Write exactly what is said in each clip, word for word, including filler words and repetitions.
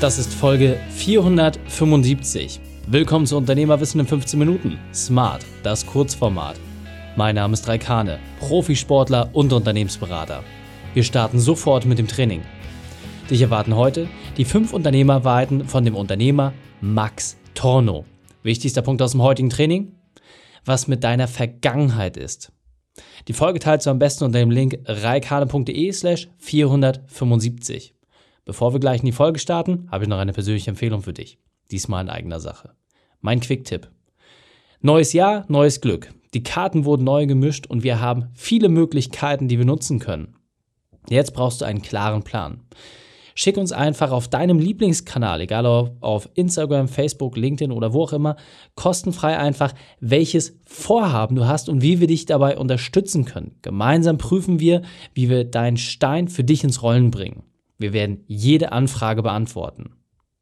Das ist Folge vierhundertfünfundsiebzig. Willkommen zu Unternehmerwissen in fünfzehn Minuten. Smart, das Kurzformat. Mein Name ist Raikane, Profisportler und Unternehmensberater. Wir starten sofort mit dem Training. Dich erwarten heute die fünf Unternehmerwahrheiten von dem Unternehmer Max Tornow. Wichtigster Punkt aus dem heutigen Training: Was mit deiner Vergangenheit ist. Die Folge teilst du am besten unter dem Link raikane.de slash vierhundertfünfundsiebzig. Bevor wir gleich in die Folge starten, habe ich noch eine persönliche Empfehlung für dich. Diesmal in eigener Sache. Mein Quick-Tipp. Neues Jahr, neues Glück. Die Karten wurden neu gemischt und wir haben viele Möglichkeiten, die wir nutzen können. Jetzt brauchst du einen klaren Plan. Schick uns einfach auf deinem Lieblingskanal, egal ob auf Instagram, Facebook, LinkedIn oder wo auch immer, kostenfrei einfach, welches Vorhaben du hast und wie wir dich dabei unterstützen können. Gemeinsam prüfen wir, wie wir deinen Stein für dich ins Rollen bringen. Wir werden jede Anfrage beantworten.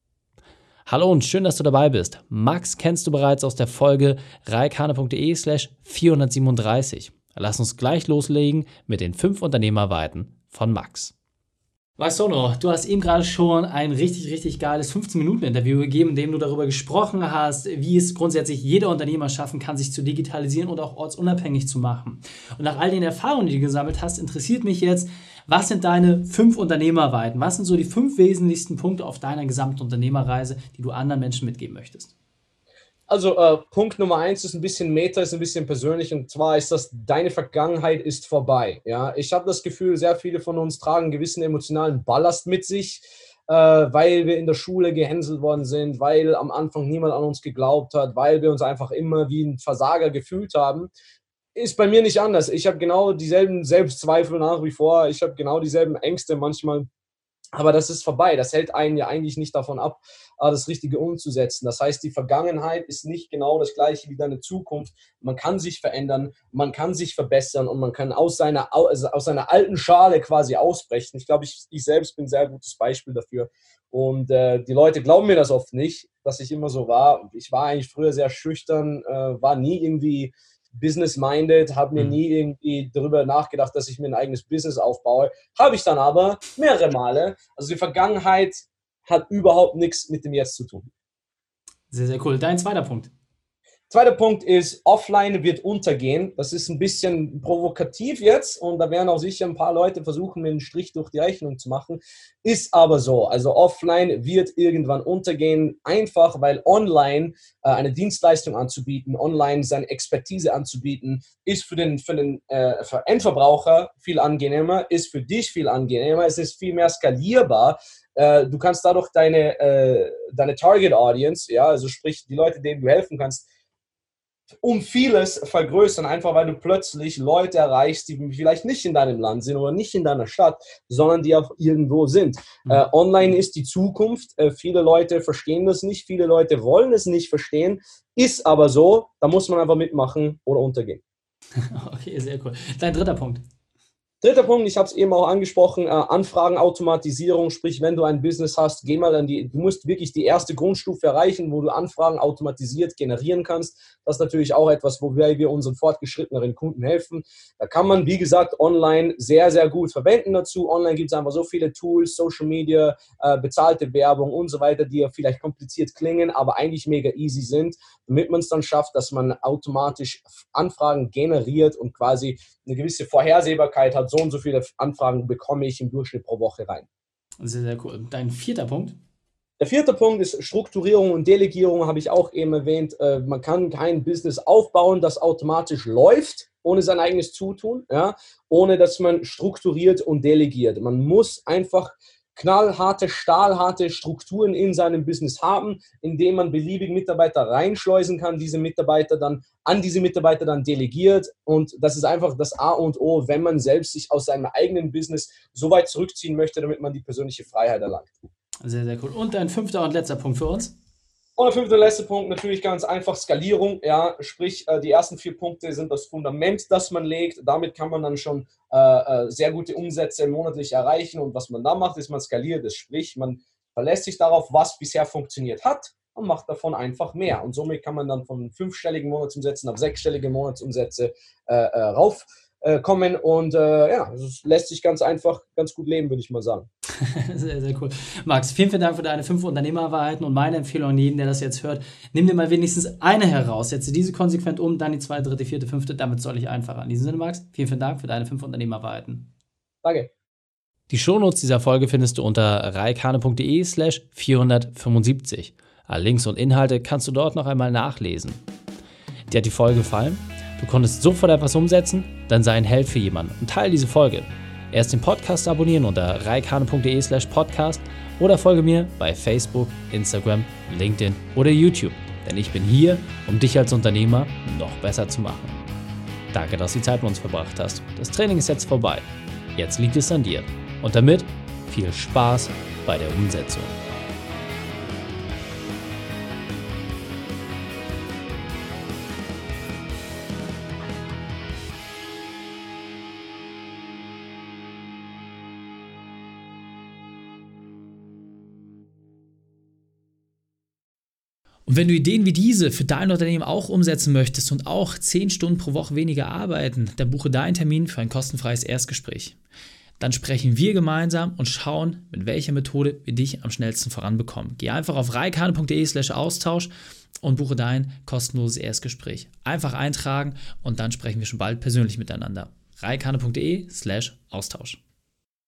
Hallo und schön, dass du dabei bist. Max kennst du bereits aus der Folge raikane.de slash vierhundertsiebenunddreißig. Lass uns gleich loslegen mit den fünf Unternehmerwahrheiten von Max. Max Tornow, du hast eben gerade schon ein richtig, richtig geiles fünfzehn-Minuten-Interview gegeben, in dem du darüber gesprochen hast, wie es grundsätzlich jeder Unternehmer schaffen kann, sich zu digitalisieren und auch ortsunabhängig zu machen. Und nach all den Erfahrungen, die du gesammelt hast, interessiert mich jetzt, was sind deine fünf Unternehmerweiten? Was sind so die fünf wesentlichsten Punkte auf deiner gesamten Unternehmerreise, die du anderen Menschen mitgeben möchtest? Also äh, Punkt Nummer eins ist ein bisschen Meta, ist ein bisschen persönlich, und zwar ist das: Deine Vergangenheit ist vorbei. Ja? Ich habe das Gefühl, sehr viele von uns tragen einen gewissen emotionalen Ballast mit sich, äh, weil wir in der Schule gehänselt worden sind, weil am Anfang niemand an uns geglaubt hat, weil wir uns einfach immer wie ein Versager gefühlt haben. Ist bei mir nicht anders. Ich habe genau dieselben Selbstzweifel nach wie vor. Ich habe genau dieselben Ängste manchmal. Aber das ist vorbei. Das hält einen ja eigentlich nicht davon ab, das Richtige umzusetzen. Das heißt, die Vergangenheit ist nicht genau das Gleiche wie deine Zukunft. Man kann sich verändern, man kann sich verbessern und man kann aus seiner, also aus seiner alten Schale quasi ausbrechen. Ich glaube, ich, ich selbst bin ein sehr gutes Beispiel dafür. Und äh, die Leute glauben mir das oft nicht, dass ich immer so war. Ich war eigentlich früher sehr schüchtern, äh, war nie irgendwie business-minded, habe mir nie irgendwie darüber nachgedacht, dass ich mir ein eigenes Business aufbaue. Habe ich dann aber mehrere Male. Also die Vergangenheit hat überhaupt nichts mit dem Jetzt zu tun. Sehr, sehr cool. Dein zweiter Punkt. Zweiter Punkt ist: Offline wird untergehen. Das ist ein bisschen provokativ jetzt und da werden auch sicher ein paar Leute versuchen, mir einen Strich durch die Rechnung zu machen. Ist aber so. Also Offline wird irgendwann untergehen, einfach weil online äh, eine Dienstleistung anzubieten, online seine Expertise anzubieten, ist für den, für den äh, für Endverbraucher viel angenehmer, ist für dich viel angenehmer, es ist viel mehr skalierbar. Äh, du kannst dadurch deine, äh, deine Target Audience, ja, also sprich die Leute, denen du helfen kannst, um vieles vergrößern, einfach weil du plötzlich Leute erreichst, die vielleicht nicht in deinem Land sind oder nicht in deiner Stadt, sondern die auch irgendwo sind. Mhm. Äh, online ist die Zukunft. Äh, viele Leute verstehen das nicht, viele Leute wollen es nicht verstehen, ist aber so, da muss man einfach mitmachen oder untergehen. Okay, sehr cool. Dein dritter Punkt. Dritter Punkt, ich habe es eben auch angesprochen, äh, Anfragenautomatisierung, sprich, wenn du ein Business hast, geh mal an die, du musst wirklich die erste Grundstufe erreichen, wo du Anfragen automatisiert generieren kannst. Das ist natürlich auch etwas, wobei wir unseren fortgeschritteneren Kunden helfen. Da kann man, wie gesagt, online sehr, sehr gut verwenden dazu. Online gibt es einfach so viele Tools, Social Media, äh, bezahlte Werbung und so weiter, die ja vielleicht kompliziert klingen, aber eigentlich mega easy sind, damit man es dann schafft, dass man automatisch Anfragen generiert und quasi eine gewisse Vorhersehbarkeit hat. So und so viele Anfragen bekomme ich im Durchschnitt pro Woche rein. Sehr, sehr cool. Dein vierter Punkt? Der vierte Punkt ist Strukturierung und Delegierung, habe ich auch eben erwähnt. Man kann kein Business aufbauen, das automatisch läuft, ohne sein eigenes Zutun, ja, ohne dass man strukturiert und delegiert. Man muss einfach knallharte, stahlharte Strukturen in seinem Business haben, indem man beliebig Mitarbeiter reinschleusen kann, diese Mitarbeiter dann an diese Mitarbeiter dann delegiert, und das ist einfach das A und O, wenn man selbst sich aus seinem eigenen Business so weit zurückziehen möchte, damit man die persönliche Freiheit erlangt. Sehr, sehr cool. Und dein fünfter und letzter Punkt für uns? Und der fünfte und letzte Punkt, natürlich ganz einfach, Skalierung. Ja, sprich, die ersten vier Punkte sind das Fundament, das man legt. Damit kann man dann schon äh, sehr gute Umsätze monatlich erreichen. Und was man da macht, ist, man skaliert es. Sprich, man verlässt sich darauf, was bisher funktioniert hat, und macht davon einfach mehr. Und somit kann man dann von fünfstelligen Monatsumsätzen auf sechsstellige Monatsumsätze äh, rauf äh, kommen und äh, ja, es lässt sich ganz einfach, ganz gut leben, würde ich mal sagen. Sehr, sehr cool. Max, vielen, vielen Dank für deine fünf Unternehmerwahrheiten und meine Empfehlung an jeden, der das jetzt hört, nimm dir mal wenigstens eine heraus, setze diese konsequent um, dann die zweite, dritte, vierte, fünfte, damit soll ich einfacher. In diesem Sinne, Max, vielen, vielen Dank für deine fünf Unternehmerwahrheiten. Danke. Die Shownotes dieser Folge findest du unter reikane.de slash vierhundertfünfundsiebzig. Alle Links und Inhalte kannst du dort noch einmal nachlesen. Dir hat die Folge gefallen? Du konntest sofort etwas umsetzen? Dann sei ein Held für jemanden und teile diese Folge. Erst den Podcast abonnieren unter reikane.de slash podcast oder folge mir bei Facebook, Instagram, LinkedIn oder YouTube. Denn ich bin hier, um dich als Unternehmer noch besser zu machen. Danke, dass du die Zeit mit uns verbracht hast. Das Training ist jetzt vorbei. Jetzt liegt es an dir. Und damit viel Spaß bei der Umsetzung. Und wenn du Ideen wie diese für dein Unternehmen auch umsetzen möchtest und auch zehn Stunden pro Woche weniger arbeiten, dann buche deinen Termin für ein kostenfreies Erstgespräch. Dann sprechen wir gemeinsam und schauen, mit welcher Methode wir dich am schnellsten voranbekommen. Geh einfach auf reikane.de slash Austausch und buche dein kostenloses Erstgespräch. Einfach eintragen und dann sprechen wir schon bald persönlich miteinander. reikane.de slash Austausch.